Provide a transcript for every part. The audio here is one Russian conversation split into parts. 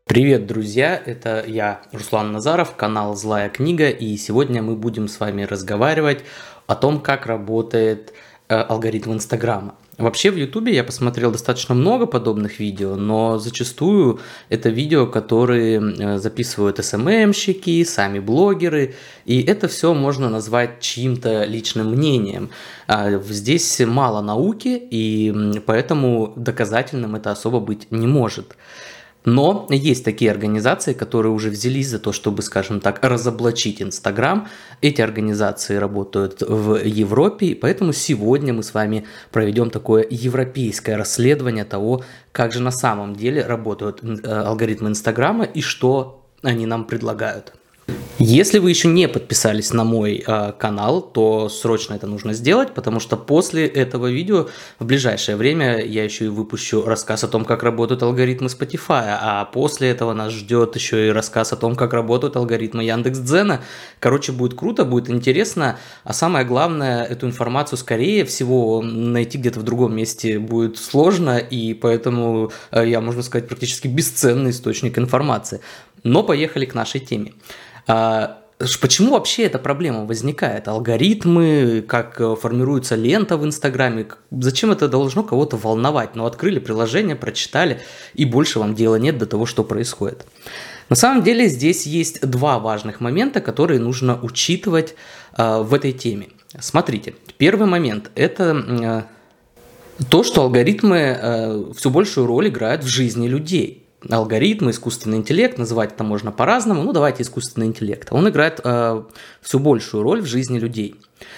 Привет, друзья! Это я, Руслан Назаров, канал «Злая книга», и сегодня мы будем с вами разговаривать о том, как работает алгоритм Инстаграма. Вообще в Ютубе я посмотрел достаточно много подобных видео, но зачастую это видео, которые записывают СММщики, сами блогеры, и это все можно назвать чьим-то личным мнением. Здесь мало науки, и поэтому доказательным это особо быть не может. Но есть такие организации, которые уже взялись за то, чтобы, скажем так, разоблачить Инстаграм. Эти организации работают в Европе, и поэтому сегодня мы с вами проведем такое европейское расследование того, как же на самом деле работают алгоритмы Инстаграма и что они нам предлагают. Если вы еще не подписались на мой канал, то срочно это нужно сделать, потому что после этого видео в ближайшее время я еще и выпущу рассказ о том, как работают алгоритмы Spotify, а после этого нас ждет еще и рассказ о том, как работают алгоритмы Яндекс.Дзена. Короче, будет круто, будет интересно, а самое главное, эту информацию скорее всего найти где-то в другом месте будет сложно, и поэтому я, можно сказать, практически бесценный источник информации. Но поехали к нашей теме. Почему вообще эта проблема возникает? Алгоритмы, как формируется лента в Инстаграме, зачем это должно кого-то волновать? Ну, открыли приложение, прочитали, и больше вам дела нет до того, что происходит. На самом деле здесь есть два важных момента, которые нужно учитывать в этой теме. Смотрите, первый момент – это то, что алгоритмы все большую роль играют в жизни людей. Алгоритмы, искусственный интеллект, называть это можно по-разному, ну давайте искусственный интеллект. Он играет все большую роль в жизни людей.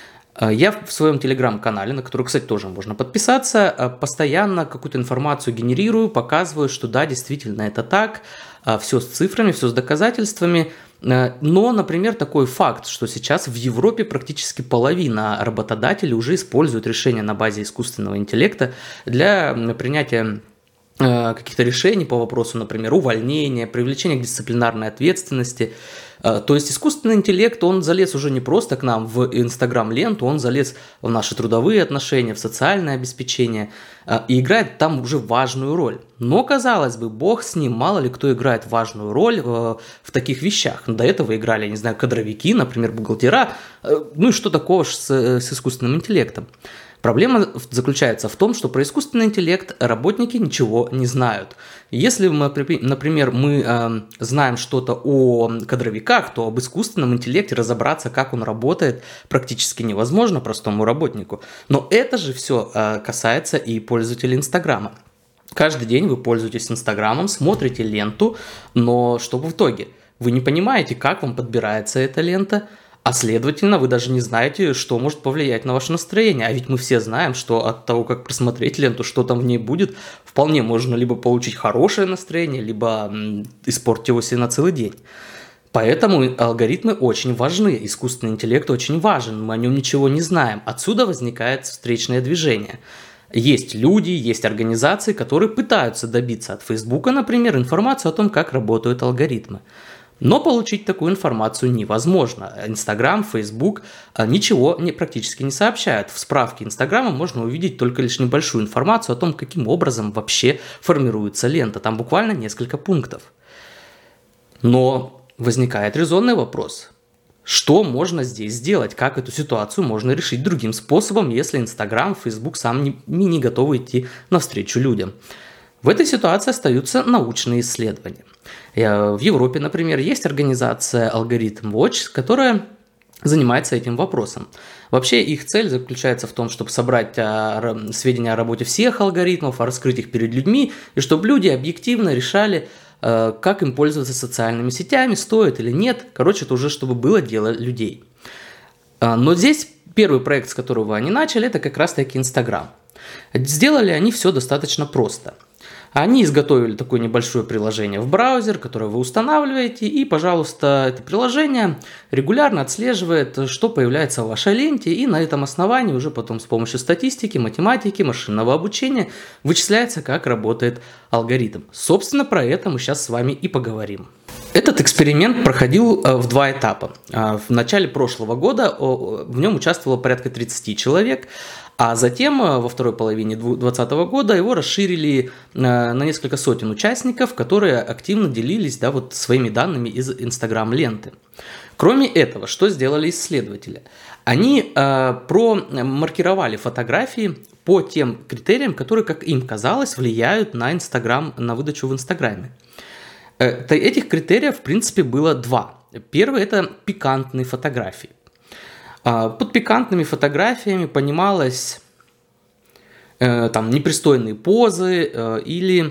Я в своем телеграм-канале, на который, кстати, тоже можно подписаться, постоянно какую-то информацию генерирую, показываю, что да, действительно это так, все с цифрами, все с доказательствами. Но, например, такой факт, что сейчас в Европе практически половина работодателей уже используют решения на базе искусственного интеллекта для принятия каких-то решений по вопросу, например, увольнения, привлечения к дисциплинарной ответственности. То есть искусственный интеллект, он залез уже не просто к нам в Инстаграм-ленту, он залез в наши трудовые отношения, в социальное обеспечение и играет там уже важную роль. Но, казалось бы, бог с ним, мало ли кто играет важную роль в таких вещах. До этого играли, я не знаю, кадровики, например, бухгалтера, ну и что такого с искусственным интеллектом. Проблема заключается в том, что про искусственный интеллект работники ничего не знают. Если, например, мы знаем что-то о кадровиках, то об искусственном интеллекте разобраться, как он работает, практически невозможно простому работнику. Но это же все касается и пользователей Инстаграма. Каждый день вы пользуетесь Инстаграмом, смотрите ленту, но что в итоге? Вы не понимаете, как вам подбирается эта лента, а следовательно, вы даже не знаете, что может повлиять на ваше настроение. А ведь мы все знаем, что от того, как просмотреть ленту, что там в ней будет, вполне можно либо получить хорошее настроение, либо испортить его себе на целый день. Поэтому алгоритмы очень важны, искусственный интеллект очень важен, мы о нем ничего не знаем. Отсюда возникает встречное движение. Есть люди, есть организации, которые пытаются добиться от Фейсбука, например, информацию о том, как работают алгоритмы. Но получить такую информацию невозможно. Инстаграм, Фейсбук ничего практически не сообщают. В справке Инстаграма можно увидеть только лишь небольшую информацию о том, каким образом вообще формируется лента. Там буквально несколько пунктов. Но возникает резонный вопрос. Что можно здесь сделать? Как эту ситуацию можно решить другим способом, если Инстаграм, Фейсбук сам не готовы идти навстречу людям? В этой ситуации остаются научные исследования. В Европе, например, есть организация Algorithm Watch, которая занимается этим вопросом. Вообще их цель заключается в том, чтобы собрать сведения о работе всех алгоритмов, раскрыть их перед людьми, и чтобы люди объективно решали, как им пользоваться социальными сетями, стоит или нет. Короче, это уже чтобы было дело людей. Но здесь первый проект, с которого они начали, это как раз-таки Инстаграм. Сделали они все достаточно просто. Они изготовили такое небольшое приложение в браузер, которое вы устанавливаете, и, пожалуйста, это приложение регулярно отслеживает, что появляется в вашей ленте, и на этом основании уже потом с помощью статистики, математики, машинного обучения вычисляется, как работает алгоритм. Собственно, про это мы сейчас с вами и поговорим. Этот эксперимент проходил в два этапа. В начале прошлого года в нем участвовало порядка 30 человек. А затем, во второй половине 2020 года, его расширили на несколько сотен участников, которые активно делились, да, вот своими данными из Instagram-ленты. Кроме этого, что сделали исследователи? Они промаркировали фотографии по тем критериям, которые, как им казалось, влияют на Instagram, на выдачу в Инстаграме. Этих критериев, в принципе, было два. Первый – это пикантные фотографии. Под пикантными фотографиями понималось там непристойные позы или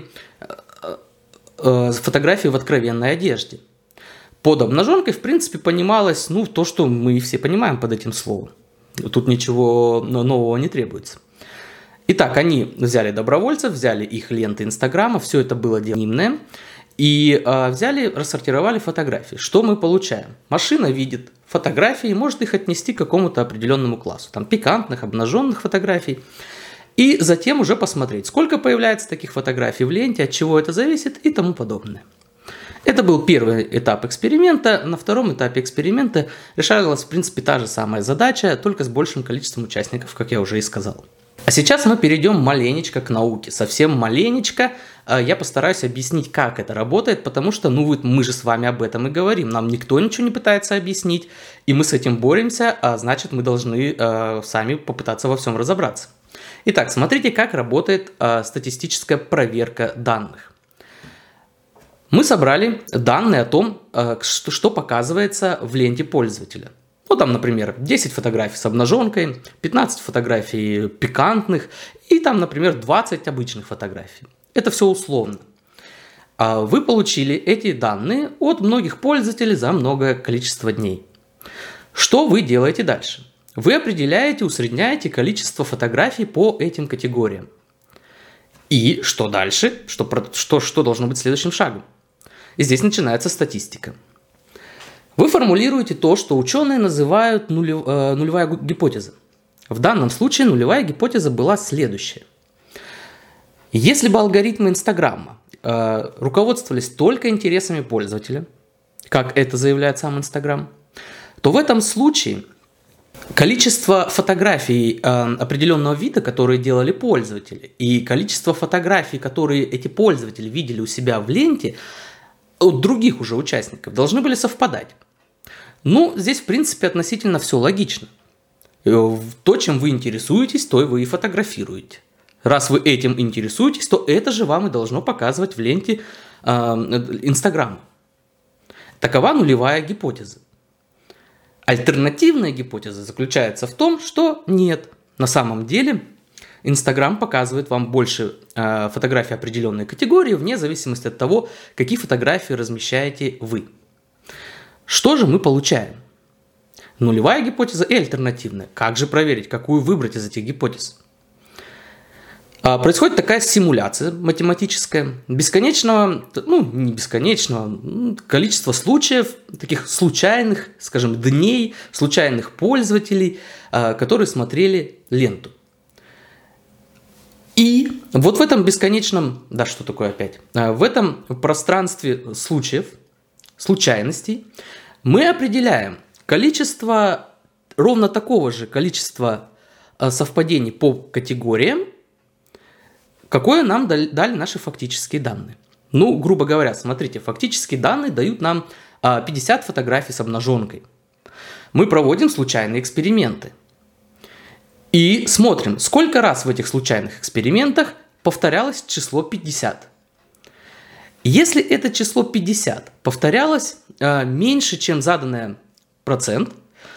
фотографии в откровенной одежде. Под обнаженкой, в принципе, понималось, ну, то, что мы все понимаем под этим словом. Тут ничего нового не требуется. Итак, они взяли добровольцев, взяли их ленты Инстаграма, все это было анонимное, и взяли, рассортировали фотографии. Что мы получаем? Машина видит фотографии и может их отнести к какому-то определенному классу. Там пикантных, обнаженных фотографий. И затем уже посмотреть, сколько появляется таких фотографий в ленте, от чего это зависит и тому подобное. Это был первый этап эксперимента. На втором этапе эксперимента решалась, в принципе, та же самая задача, только с большим количеством участников, как я уже и сказал. А сейчас мы перейдем маленечко к науке, совсем маленечко. Я постараюсь объяснить, как это работает, потому что, мы же с вами об этом и говорим. Нам никто ничего не пытается объяснить, и мы с этим боремся, а значит, мы должны сами попытаться во всем разобраться. Итак, смотрите, как работает статистическая проверка данных. Мы собрали данные о том, что показывается в ленте пользователя. Ну, там, например, 10 фотографий с обнаженкой, 15 фотографий пикантных и там, например, 20 обычных фотографий. Это все условно. Вы получили эти данные от многих пользователей за многое количество дней. Что вы делаете дальше? Вы определяете, усредняете количество фотографий по этим категориям. И что дальше? Что должно быть следующим шагом? И здесь начинается статистика. Вы формулируете то, что ученые называют нулевая гипотеза. В данном случае нулевая гипотеза была следующая. Если бы алгоритмы Инстаграма руководствовались только интересами пользователя, как это заявляет сам Инстаграм, то в этом случае количество фотографий определенного вида, которые делали пользователи, и количество фотографий, которые эти пользователи видели у себя в ленте, от других уже участников, должны были совпадать. Здесь, в принципе, относительно все логично. То, чем вы интересуетесь, то и вы и фотографируете. Раз вы этим интересуетесь, то это же вам и должно показывать в ленте Инстаграма. Такова нулевая гипотеза. Альтернативная гипотеза заключается в том, что нет. На самом деле Инстаграм показывает вам больше фотографий определенной категории, вне зависимости от того, какие фотографии размещаете вы. Что же мы получаем? Нулевая гипотеза и альтернативная. Как же проверить, какую выбрать из этих гипотез? Происходит такая симуляция математическая не бесконечного, количества случаев, таких случайных, скажем, дней, случайных пользователей, которые смотрели ленту. И вот в этом бесконечном, что такое опять? В этом пространстве случаев, случайностей, мы определяем количество, ровно такого же количества совпадений по категориям, какое нам дали наши фактические данные. Грубо говоря, смотрите, фактические данные дают нам 50 фотографий с обнаженкой. Мы проводим случайные эксперименты. И смотрим, сколько раз в этих случайных экспериментах повторялось число 50. Если это число 50 повторялось меньше, чем заданный процент,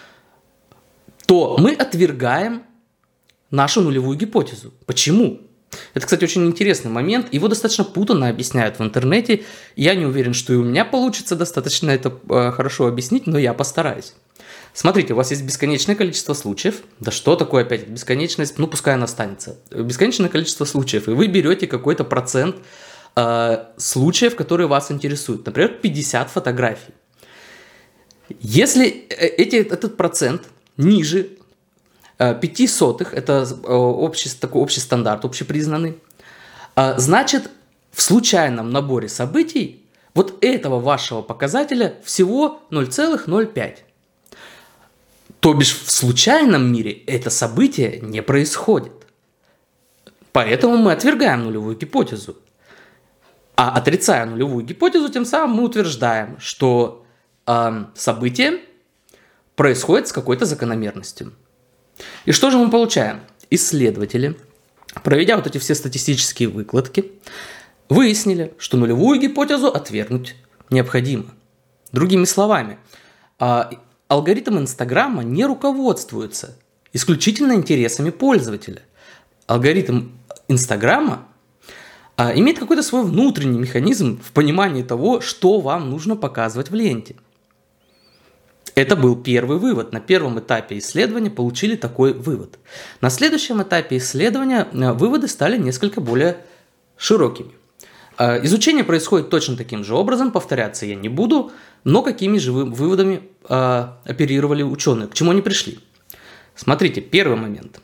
то мы отвергаем нашу нулевую гипотезу. Почему? Это, кстати, очень интересный момент. Его достаточно путанно объясняют в интернете. Я не уверен, что и у меня получится достаточно это хорошо объяснить, но я постараюсь. Смотрите, у вас есть бесконечное количество случаев. Да что такое опять бесконечность? Пускай она останется. Бесконечное количество случаев. И вы берете какой-то процент случаев, которые вас интересуют. Например, 50 фотографий. Если этот процент ниже 0,05, это такой общий стандарт, общепризнанный, значит, в случайном наборе событий вот этого вашего показателя всего 0,05. То бишь в случайном мире это событие не происходит. Поэтому мы отвергаем нулевую гипотезу. А отрицая нулевую гипотезу, тем самым мы утверждаем, что событие происходит с какой-то закономерностью. И что же мы получаем? Исследователи, проведя вот эти все статистические выкладки, выяснили, что нулевую гипотезу отвергнуть необходимо. Другими словами, алгоритм Инстаграма не руководствуется исключительно интересами пользователя. Алгоритм Инстаграма имеет какой-то свой внутренний механизм в понимании того, что вам нужно показывать в ленте. Это был первый вывод. На первом этапе исследования получили такой вывод. На следующем этапе исследования выводы стали несколько более широкими. Изучение происходит точно таким же образом, повторяться я не буду, но какими же выводами оперировали ученые, к чему они пришли. Смотрите, первый момент.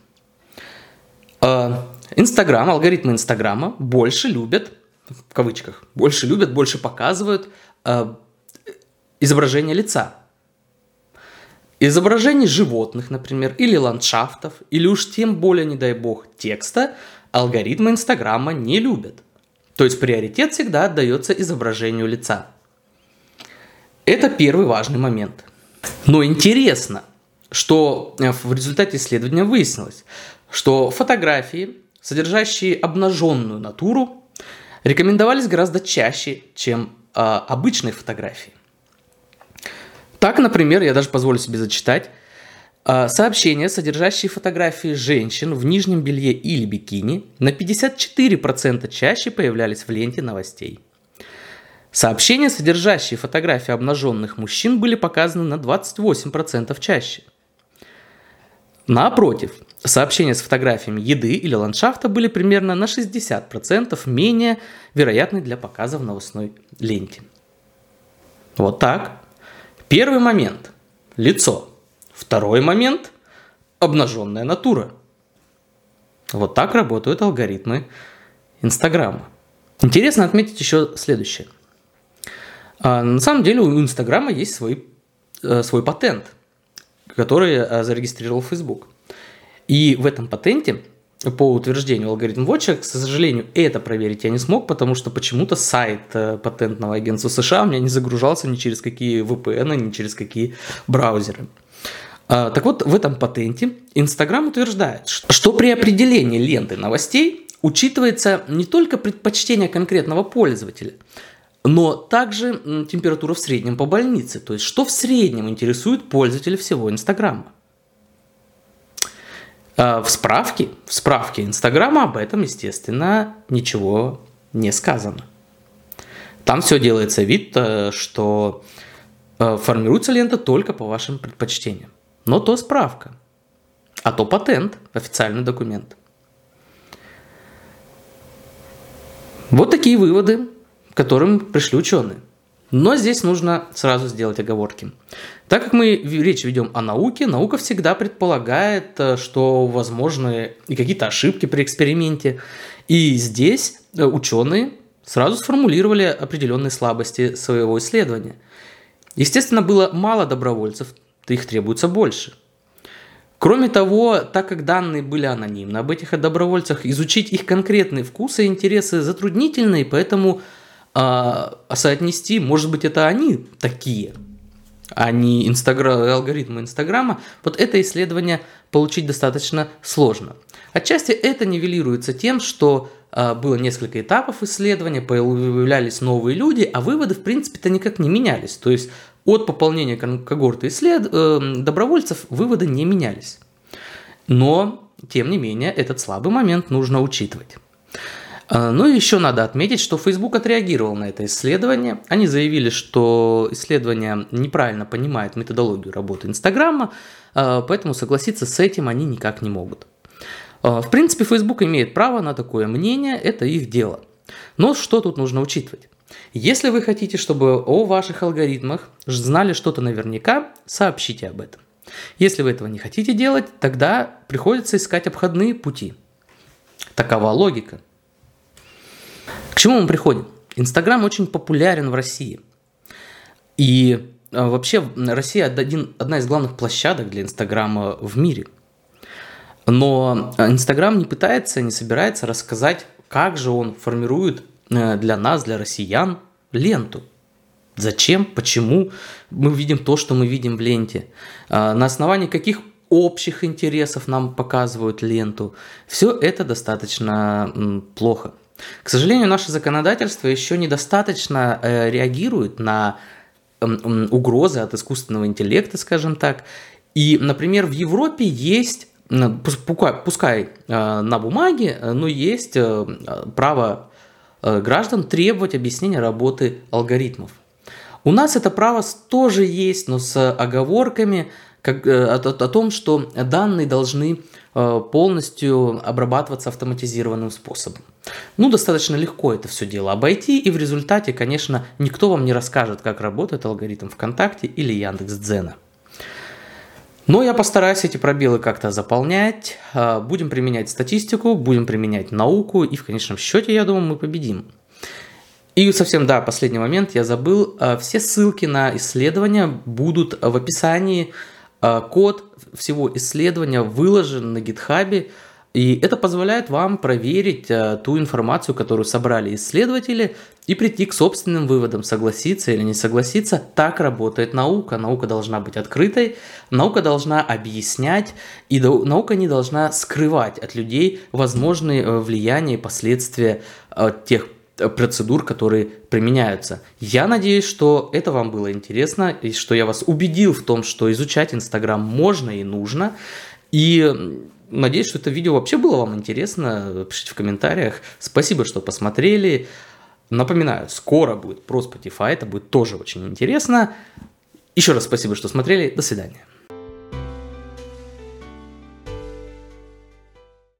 Алгоритмы Инстаграма больше любят, в кавычках, больше показывают изображение лица. Изображений животных, например, или ландшафтов, или уж тем более, не дай бог, текста алгоритмы Инстаграма не любят. То есть приоритет всегда отдается изображению лица. Это первый важный момент. Но интересно, что в результате исследования выяснилось, что фотографии, содержащие обнаженную натуру, рекомендовались гораздо чаще, чем обычные фотографии. Так, например, я даже позволю себе зачитать, сообщения, содержащие фотографии женщин в нижнем белье или бикини, на 54% чаще появлялись в ленте новостей. Сообщения, содержащие фотографии обнаженных мужчин, были показаны на 28% чаще. Напротив, сообщения с фотографиями еды или ландшафта были примерно на 60% менее вероятны для показа в новостной ленте. Вот так. Первый момент – лицо. Второй момент – обнаженная натура. Вот так работают алгоритмы Инстаграма. Интересно отметить еще следующее. На самом деле у Инстаграма есть свой патент, который зарегистрировал Facebook. И в этом патенте, по утверждению алгоритм Watch, к сожалению, это проверить я не смог, потому что почему-то сайт патентного агентства США у меня не загружался ни через какие VPN, ни через какие браузеры. Так вот, в этом патенте Инстаграм утверждает, что при определении ленты новостей учитывается не только предпочтение конкретного пользователя, но также температура в среднем по больнице, то есть что в среднем интересует пользователя всего Инстаграма. В справке Инстаграма об этом, естественно, ничего не сказано. Там все делается вид, что формируется лента только по вашим предпочтениям. Но то справка, а то патент, официальный документ. Вот такие выводы, к которым пришли ученые. Но здесь нужно сразу сделать оговорки. Так как мы речь ведем о науке, наука всегда предполагает, что возможны и какие-то ошибки при эксперименте. И здесь ученые сразу сформулировали определенные слабости своего исследования. Естественно, было мало добровольцев, то их требуется больше. Кроме того, так как данные были анонимны об этих добровольцах, изучить их конкретные вкусы и интересы затруднительно, и поэтому соотнести, может быть, это они такие, а не алгоритмы Инстаграма, вот это исследование получить достаточно сложно. Отчасти это нивелируется тем, что было несколько этапов исследования, появлялись новые люди, а выводы, в принципе-то, никак не менялись. То есть от пополнения когорты добровольцев выводы не менялись. Но, тем не менее, этот слабый момент нужно учитывать. Ну и еще надо отметить, что Facebook отреагировал на это исследование. Они заявили, что исследование неправильно понимает методологию работы Инстаграма, поэтому согласиться с этим они никак не могут. В принципе, Facebook имеет право на такое мнение, это их дело. Но что тут нужно учитывать? Если вы хотите, чтобы о ваших алгоритмах знали что-то наверняка, сообщите об этом. Если вы этого не хотите делать, тогда приходится искать обходные пути. Такова логика. К чему мы приходим? Инстаграм очень популярен в России. И вообще Россия одна из главных площадок для Инстаграма в мире. Но Инстаграм не пытается, не собирается рассказать, как же он формирует для нас, для россиян, ленту. Зачем, почему мы видим то, что мы видим в ленте, на основании каких общих интересов нам показывают ленту. Все это достаточно плохо. К сожалению, наше законодательство еще недостаточно реагирует на угрозы от искусственного интеллекта, скажем так. И, например, в Европе есть, пускай на бумаге, но есть право граждан требовать объяснения работы алгоритмов. У нас это право тоже есть, но с оговорками о том, что данные должны полностью обрабатываться автоматизированным способом. Достаточно легко это все дело обойти, и в результате, конечно, никто вам не расскажет, как работает алгоритм ВКонтакте или Яндекс.Дзена. Но я постараюсь эти пробелы как-то заполнять, будем применять статистику, будем применять науку, и в конечном счете, я думаю, мы победим. И совсем, последний момент, я забыл, все ссылки на исследования будут в описании. Код всего исследования выложен на гитхабе, и это позволяет вам проверить ту информацию, которую собрали исследователи, и прийти к собственным выводам, согласиться или не согласиться. Так работает наука. Наука должна быть открытой, наука должна объяснять, и наука не должна скрывать от людей возможные влияния и последствия тех процедур, которые применяются. Я надеюсь, что это вам было интересно, и что я вас убедил в том, что изучать Инстаграм можно и нужно. И надеюсь, что это видео вообще было вам интересно. Пишите в комментариях. Спасибо, что посмотрели. Напоминаю, скоро будет про Spotify, это будет тоже очень интересно. Еще раз спасибо, что смотрели. До свидания.